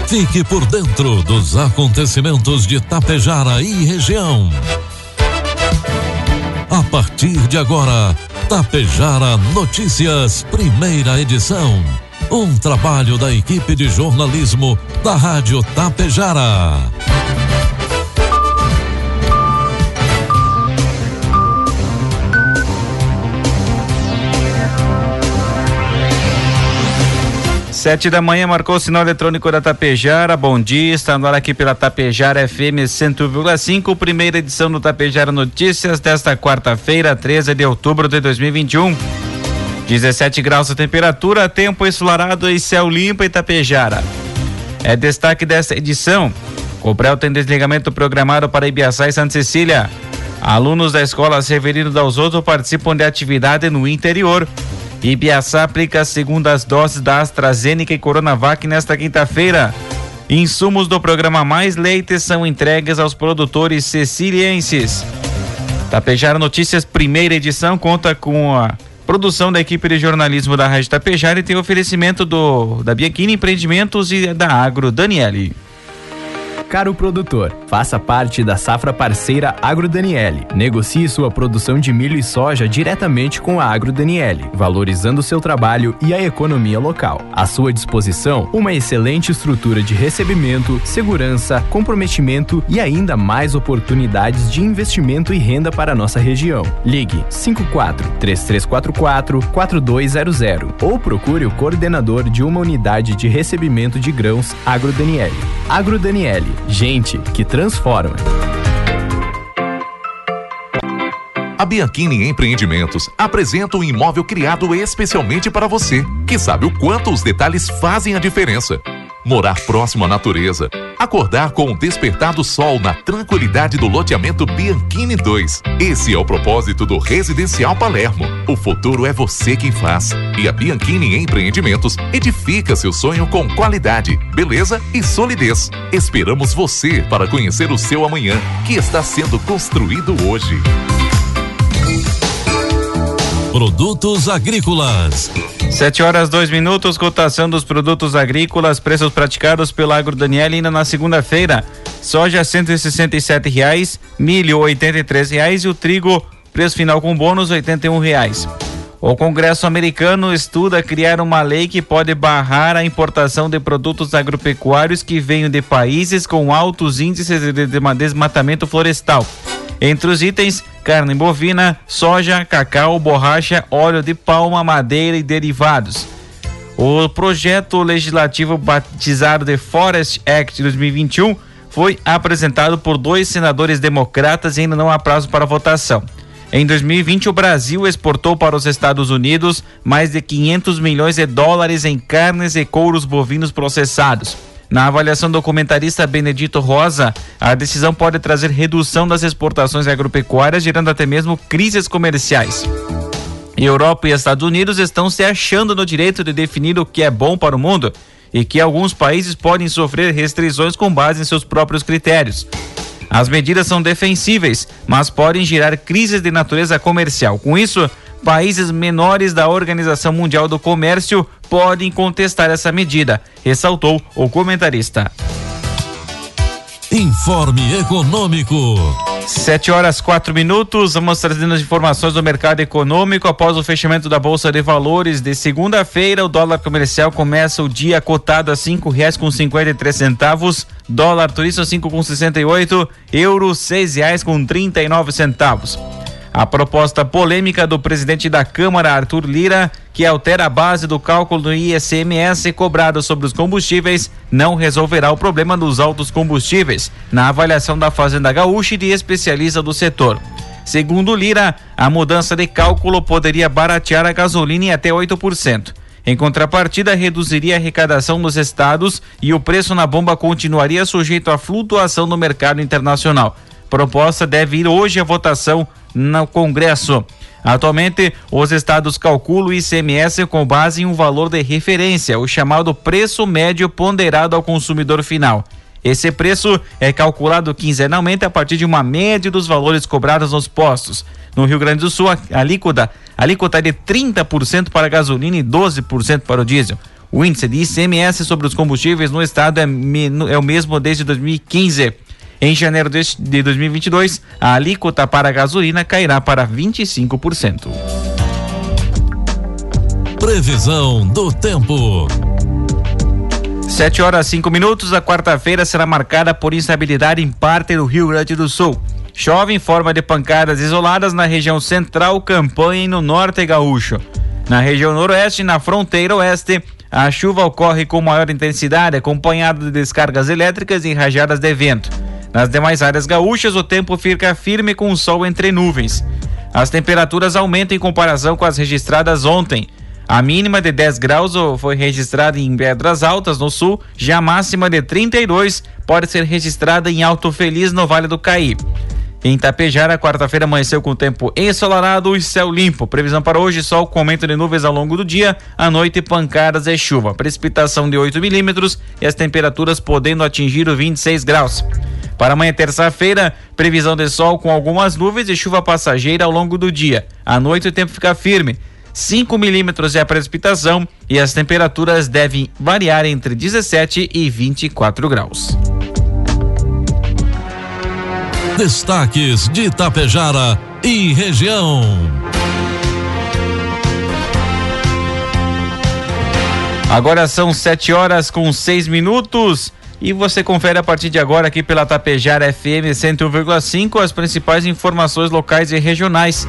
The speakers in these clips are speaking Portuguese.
Fique por dentro dos acontecimentos de Tapejara e região. A partir de agora, Tapejara Notícias, primeira edição. Um trabalho da equipe de jornalismo da Rádio Tapejara. Sete da manhã, marcou o sinal eletrônico da Tapejara. Bom dia, está no ar aqui pela Tapejara FM 100,5, primeira edição do Tapejara Notícias desta quarta-feira, 13 de outubro de 2021. 17 graus a temperatura, tempo ensolarado e céu limpo em Tapejara. É destaque desta edição: Cobrel tem desligamento programado para Ibiaçá e Santa Cecília. Alunos da escola Severino Dalzotto participam de atividade no interior. Ibiaçá aplica as segundas doses da AstraZeneca e Coronavac nesta quinta-feira. Insumos do programa Mais Leite são entregues aos produtores cecilienses. Tapejara Notícias, primeira edição, conta com a produção da equipe de jornalismo da Rádio Tapejara e tem oferecimento da Bianchini Empreendimentos e da Agro Daniele. Caro produtor, faça parte da safra parceira Agro Daniele. Negocie sua produção de milho e soja diretamente com a Agro Daniele, valorizando seu trabalho e a economia local. À sua disposição, uma excelente estrutura de recebimento, segurança, comprometimento e ainda mais oportunidades de investimento e renda para a nossa região. Ligue 54-3344-4200 ou procure o coordenador de uma unidade de recebimento de grãos Agro Daniele. Agro Daniele. Gente que transforma. A Bianchini Empreendimentos apresenta um imóvel criado especialmente para você, que sabe o quanto os detalhes fazem a diferença. Morar próximo à natureza, acordar com o despertar do sol na tranquilidade do loteamento Bianchini 2. Esse é o propósito do Residencial Palermo. O futuro é você quem faz. E a Bianchini Empreendimentos edifica seu sonho com qualidade, beleza e solidez. Esperamos você para conhecer o seu amanhã, que está sendo construído hoje. Produtos agrícolas. 7 horas 2 minutos, cotação dos produtos agrícolas, preços praticados pela Agro Daniele ainda na segunda-feira. Soja R$167, milho R$83 e o trigo, preço final com bônus R$81. O Congresso americano estuda criar uma lei que pode barrar a importação de produtos agropecuários que venham de países com altos índices de desmatamento florestal. Entre os itens, carne bovina, soja, cacau, borracha, óleo de palma, madeira e derivados. O projeto legislativo batizado de Forest Act 2021 foi apresentado por 2 senadores democratas e ainda não há prazo para votação. Em 2020, o Brasil exportou para os Estados Unidos mais de $500 milhões em carnes e couros bovinos processados. Na avaliação do comentarista Benedito Rosa, a decisão pode trazer redução das exportações agropecuárias, gerando até mesmo crises comerciais. Europa e Estados Unidos estão se achando no direito de definir o que é bom para o mundo e que alguns países podem sofrer restrições com base em seus próprios critérios. As medidas são defensíveis, mas podem gerar crises de natureza comercial. Com isso, países menores da Organização Mundial do Comércio podem contestar essa medida, ressaltou o comentarista. Informe Econômico. 7 horas 4 minutos, vamos trazendo as informações do mercado econômico. Após o fechamento da Bolsa de Valores de segunda-feira, o dólar comercial começa o dia cotado a R$5,53, dólar turista R$5,68, euro R$6,39. A proposta polêmica do presidente da Câmara, Arthur Lira, que altera a base do cálculo do ICMS cobrado sobre os combustíveis, não resolverá o problema dos altos combustíveis, na avaliação da Fazenda Gaúcha e de especialista do setor. Segundo Lira, a mudança de cálculo poderia baratear a gasolina em até 8%. Em contrapartida, reduziria a arrecadação dos estados e o preço na bomba continuaria sujeito à flutuação no mercado internacional. Proposta deve ir hoje à votação no Congresso. Atualmente, os estados calculam o ICMS com base em um valor de referência, o chamado preço médio ponderado ao consumidor final. Esse preço é calculado quinzenalmente a partir de uma média dos valores cobrados nos postos. No Rio Grande do Sul, a alíquota é de 30% para a gasolina e 12% para o diesel. O índice de ICMS sobre os combustíveis no estado é o mesmo desde 2015. Em janeiro de 2022, a alíquota para a gasolina cairá para 25%. Previsão do tempo. 7h05. A quarta-feira será marcada por instabilidade em parte do Rio Grande do Sul. Chove em forma de pancadas isoladas na região central, Campanha e no norte gaúcho. Na região noroeste e na fronteira oeste, a chuva ocorre com maior intensidade, acompanhada de descargas elétricas e rajadas de vento. Nas demais áreas gaúchas, o tempo fica firme com o sol entre nuvens. As temperaturas aumentam em comparação com as registradas ontem. A mínima de 10 graus foi registrada em Pedras Altas, no sul, já a máxima de 32 pode ser registrada em Alto Feliz, no Vale do Caí. Em Tapejara, quarta-feira amanheceu com tempo ensolarado e céu limpo. Previsão para hoje: sol com aumento de nuvens ao longo do dia, à noite pancadas e chuva. Precipitação de 8 milímetros e as temperaturas podendo atingir os 26 graus. Para amanhã, terça-feira, previsão de sol com algumas nuvens e chuva passageira ao longo do dia. À noite o tempo fica firme. 5 milímetros é a precipitação e as temperaturas devem variar entre 17 e 24 graus. Destaques de Itapejara e região. Agora são 7h06 e você confere a partir de agora aqui pela Tapejara FM 101,5 as principais informações locais e regionais.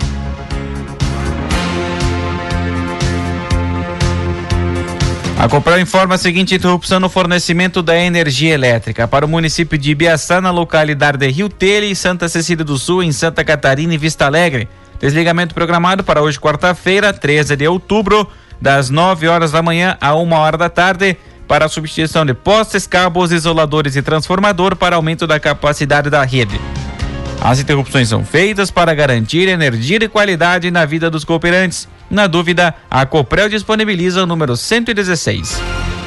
A Copel informa a seguinte interrupção no fornecimento da energia elétrica para o município de Ibiaçá, na localidade de Rio Telha e Santa Cecília do Sul, em Santa Catarina e Vista Alegre. Desligamento programado para hoje, quarta-feira, 13 de outubro, das 9 horas da manhã a 1 hora da tarde, para a substituição de postes, cabos, isoladores e transformador para aumento da capacidade da rede. As interrupções são feitas para garantir energia de qualidade na vida dos cooperantes. Na dúvida, a Copel disponibiliza o número 116.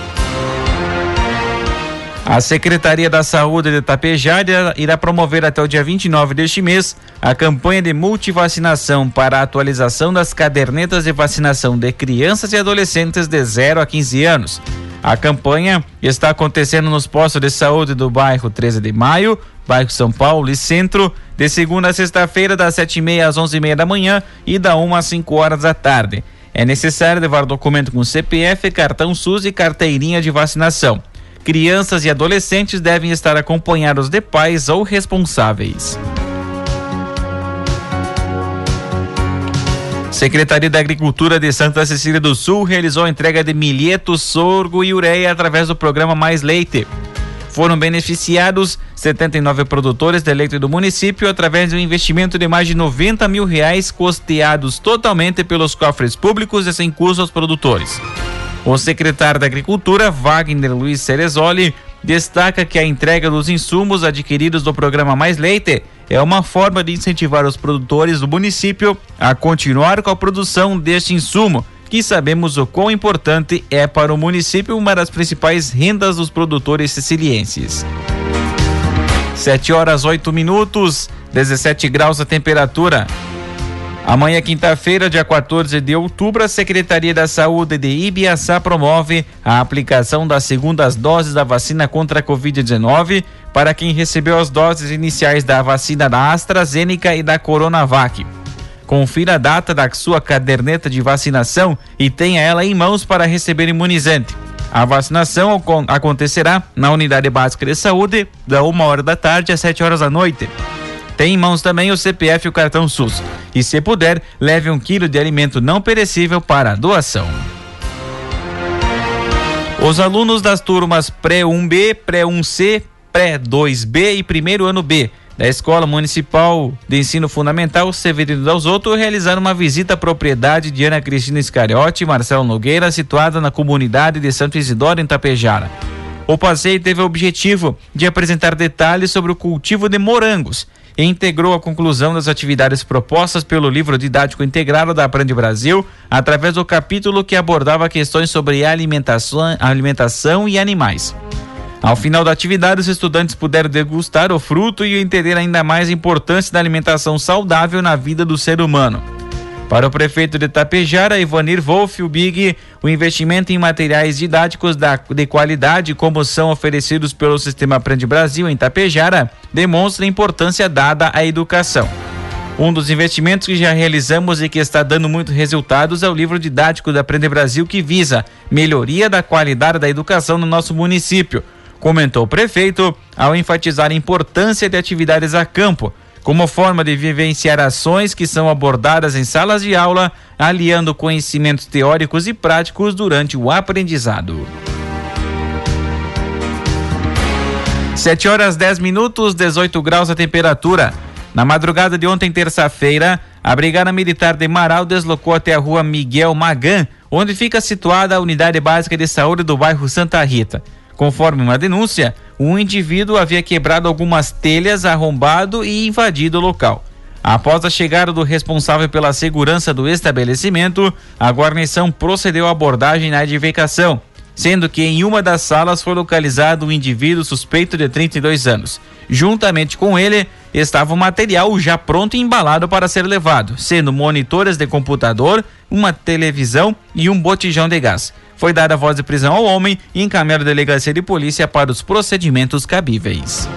A Secretaria da Saúde de Itapejara irá promover até o dia 29 deste mês a campanha de multivacinação para a atualização das cadernetas de vacinação de crianças e adolescentes de 0 a 15 anos. A campanha está acontecendo nos postos de saúde do bairro 13 de Maio, bairro São Paulo e Centro, de segunda a sexta-feira, das 7h30 às 11h30 da manhã e da 1 às 5 horas da tarde. É necessário levar documento com CPF, cartão SUS e carteirinha de vacinação. Crianças e adolescentes devem estar acompanhados de pais ou responsáveis. Secretaria da Agricultura de Santa Cecília do Sul realizou a entrega de milheto, sorgo e ureia através do programa Mais Leite. Foram beneficiados 79 produtores de leite do município através de um investimento de mais de R$90 mil, custeados totalmente pelos cofres públicos e sem custo aos produtores. O secretário da Agricultura, Wagner Luiz Cerezoli, destaca que a entrega dos insumos adquiridos do programa Mais Leite é uma forma de incentivar os produtores do município a continuar com a produção deste insumo, que sabemos o quão importante é para o município, uma das principais rendas dos produtores sicilienses. 7h08, 17 graus a temperatura. Amanhã, quinta-feira, dia 14 de outubro, a Secretaria da Saúde de Ibiaçá promove a aplicação das segundas doses da vacina contra a Covid-19 para quem recebeu as doses iniciais da vacina da AstraZeneca e da Coronavac. Confira a data da sua caderneta de vacinação e tenha ela em mãos para receber imunizante. A vacinação acontecerá na Unidade Básica de Saúde, da 1 hora da tarde às 7 horas da noite. Tem em mãos também o CPF e o cartão SUS. E se puder, leve 1 quilo de alimento não perecível para a doação. Os alunos das turmas Pré-1B, Pré-1C, Pré-2B e primeiro ano B da Escola Municipal de Ensino Fundamental Severino Dalzotto realizaram uma visita à propriedade de Ana Cristina Iscariote e Marcelo Nogueira, situada na comunidade de Santo Isidoro, em Tapejara. O passeio teve o objetivo de apresentar detalhes sobre o cultivo de morangos e integrou a conclusão das atividades propostas pelo livro didático integrado da Aprende Brasil, através do capítulo que abordava questões sobre alimentação e animais. Ao final da atividade, os estudantes puderam degustar o fruto e entender ainda mais a importância da alimentação saudável na vida do ser humano. Para o prefeito de Itapejara, Ivanir Wolff, o Big, o investimento em materiais didáticos de qualidade, como são oferecidos pelo Sistema Aprende Brasil em Itapejara, demonstra a importância dada à educação. Um dos investimentos que já realizamos e que está dando muitos resultados é o livro didático da Aprende Brasil, que visa melhoria da qualidade da educação no nosso município, comentou o prefeito ao enfatizar a importância de atividades a campo, como forma de vivenciar ações que são abordadas em salas de aula, aliando conhecimentos teóricos e práticos durante o aprendizado. 7h10, 18 graus a temperatura. Na madrugada de ontem, terça-feira, a Brigada Militar de Marau deslocou até a rua Miguel Magan, onde fica situada a Unidade Básica de Saúde do bairro Santa Rita. Conforme uma denúncia, um indivíduo havia quebrado algumas telhas, arrombado e invadido o local. Após a chegada do responsável pela segurança do estabelecimento, a guarnição procedeu à abordagem na edificação, sendo que em uma das salas foi localizado um indivíduo suspeito de 32 anos. Juntamente com ele, estava o material já pronto e embalado para ser levado, sendo monitores de computador, uma televisão e um botijão de gás. Foi dada a voz de prisão ao homem e encaminhado à delegacia de polícia para os procedimentos cabíveis.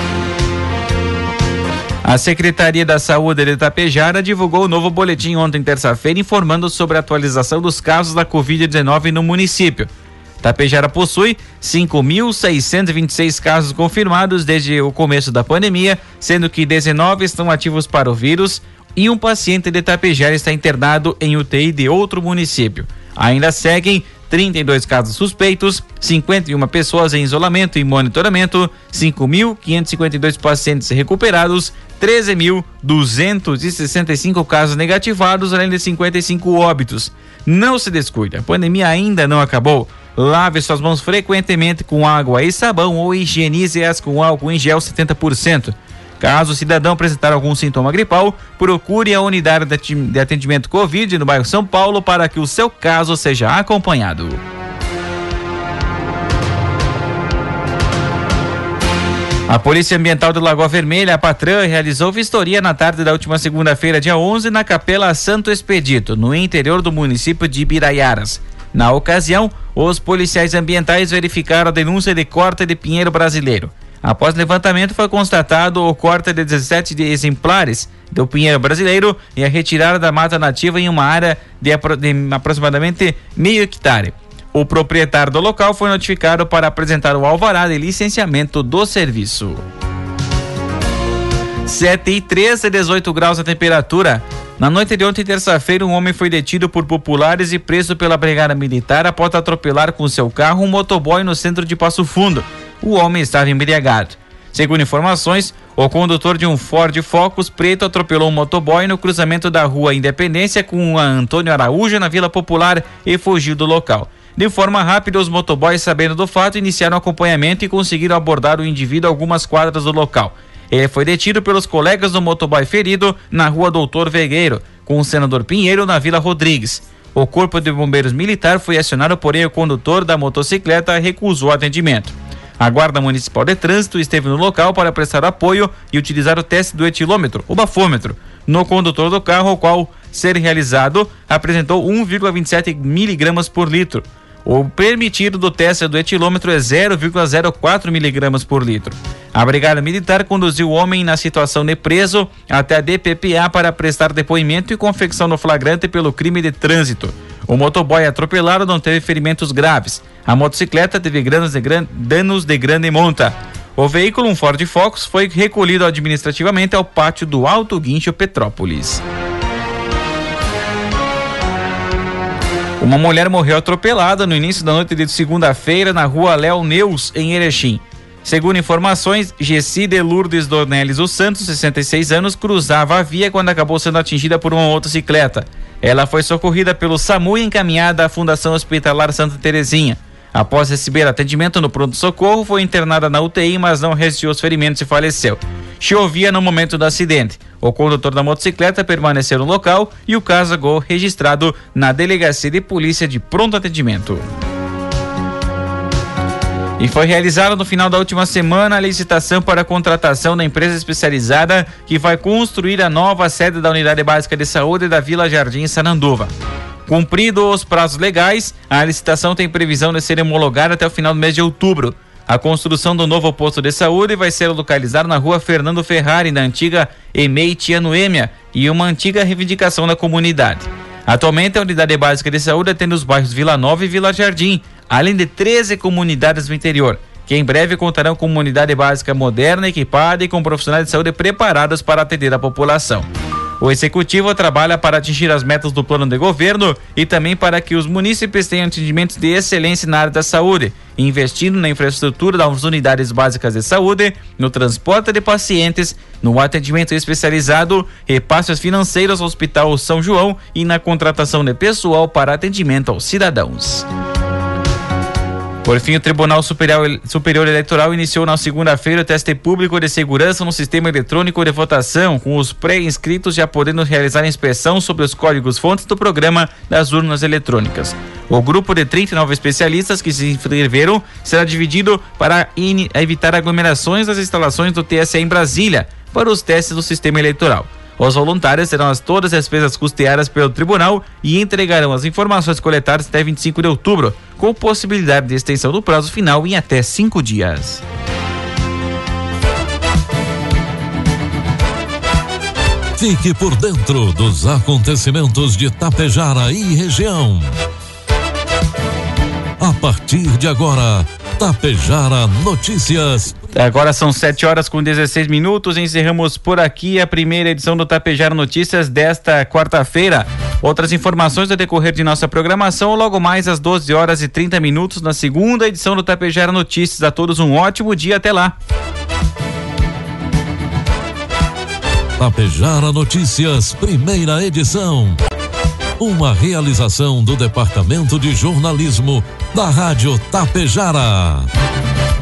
A Secretaria da Saúde de Itapejara divulgou o novo boletim ontem, terça-feira, informando sobre a atualização dos casos da Covid-19 no município. Itapejara possui 5.626 casos confirmados desde o começo da pandemia, sendo que 19 estão ativos para o vírus e um paciente de Itapejara está internado em UTI de outro município. Ainda seguem 32 casos suspeitos, 51 pessoas em isolamento e monitoramento, 5.552 pacientes recuperados, 13.265 casos negativados, além de 55 óbitos. Não se descuide, a pandemia ainda não acabou. Lave suas mãos frequentemente com água e sabão ou higienize-as com álcool em gel 70%. Caso o cidadão apresentar algum sintoma gripal, procure a unidade de atendimento Covid no bairro São Paulo para que o seu caso seja acompanhado. A Polícia Ambiental de Lagoa Vermelha, a Patran, realizou vistoria na tarde da última segunda-feira, dia 11, na Capela Santo Expedito, no interior do município de Ibiraiaras. Na ocasião, os policiais ambientais verificaram a denúncia de corte de pinheiro brasileiro. Após levantamento, foi constatado o corte de 17 exemplares do pinheiro brasileiro e a retirada da mata nativa em uma área de aproximadamente meio hectare. O proprietário do local foi notificado para apresentar o alvará de licenciamento do serviço. 7h13, 18 graus a temperatura. Na noite de ontem, terça-feira, um homem foi detido por populares e preso pela Brigada Militar após atropelar com seu carro um motoboy no centro de Passo Fundo. O homem estava embriagado. Segundo informações, o condutor de um Ford Focus preto atropelou um motoboy no cruzamento da rua Independência com a Antônio Araújo, na Vila Popular, e fugiu do local. De forma rápida, os motoboys, sabendo do fato, iniciaram o acompanhamento e conseguiram abordar o indivíduo a algumas quadras do local. Ele foi detido pelos colegas do motoboy ferido na rua Doutor Vegueiro, com o senador Pinheiro, na Vila Rodrigues. O Corpo de Bombeiros Militar foi acionado, porém o condutor da motocicleta recusou o atendimento. A Guarda Municipal de Trânsito esteve no local para prestar apoio e utilizar o teste do etilômetro, o bafômetro, no condutor do carro, o qual, ser realizado, apresentou 1,27 miligramas por litro. O permitido do teste do etilômetro é 0,04 miligramas por litro. A Brigada Militar conduziu o homem na situação de preso até a DPPA para prestar depoimento e confecção do flagrante pelo crime de trânsito. O motoboy atropelado não teve ferimentos graves. A motocicleta teve danos de grande monta. O veículo, um Ford Focus, foi recolhido administrativamente ao pátio do Alto Guincho Petrópolis. Uma mulher morreu atropelada no início da noite de segunda-feira na rua Léo Neus, em Erechim. Segundo informações, Gessi de Lourdes Dornelles dos Santos, 66 anos, cruzava a via quando acabou sendo atingida por uma motocicleta. Ela foi socorrida pelo SAMU e encaminhada à Fundação Hospitalar Santa Terezinha. Após receber atendimento no pronto-socorro, foi internada na UTI, mas não resistiu aos ferimentos e faleceu. Chovia no momento do acidente. O condutor da motocicleta permaneceu no local e o caso agora registrado na Delegacia de Polícia de Pronto Atendimento. E foi realizada no final da última semana a licitação para a contratação da empresa especializada que vai construir a nova sede da Unidade Básica de Saúde da Vila Jardim Sananduva. Cumpridos os prazos legais, a licitação tem previsão de ser homologada até o final do mês de outubro. A construção do novo posto de saúde vai ser localizado na rua Fernando Ferrari, na antiga EMEI Tia Noêmia, e uma antiga reivindicação da comunidade. Atualmente, a Unidade Básica de Saúde atende os bairros Vila Nova e Vila Jardim, além de 13 comunidades do interior, que em breve contarão com uma unidade básica moderna, equipada e com profissionais de saúde preparados para atender a população. O Executivo trabalha para atingir as metas do plano de governo e também para que os munícipes tenham atendimentos de excelência na área da saúde, investindo na infraestrutura das unidades básicas de saúde, no transporte de pacientes, no atendimento especializado, repasses financeiros ao Hospital São João e na contratação de pessoal para atendimento aos cidadãos. Por fim, o Tribunal Superior Eleitoral iniciou na segunda-feira o teste público de segurança no sistema eletrônico de votação, com os pré-inscritos já podendo realizar inspeção sobre os códigos-fontes do programa das urnas eletrônicas. O grupo de 39 especialistas que se inscreveram será dividido para evitar aglomerações das instalações do TSE em Brasília para os testes do sistema eleitoral. Os voluntários terão todas as despesas custeadas pelo tribunal e entregarão as informações coletadas até 25 de outubro, com possibilidade de extensão do prazo final em até 5 dias. Fique por dentro dos acontecimentos de Tapejara e região. A partir de agora, Tapejara Notícias. Agora são 7h16. Encerramos por aqui a primeira edição do Tapejara Notícias desta quarta-feira. Outras informações no decorrer de nossa programação logo mais às 12h30 na segunda edição do Tapejara Notícias. A todos um ótimo dia, até lá. Tapejara Notícias, primeira edição. Uma realização do Departamento de Jornalismo da Rádio Tapejara.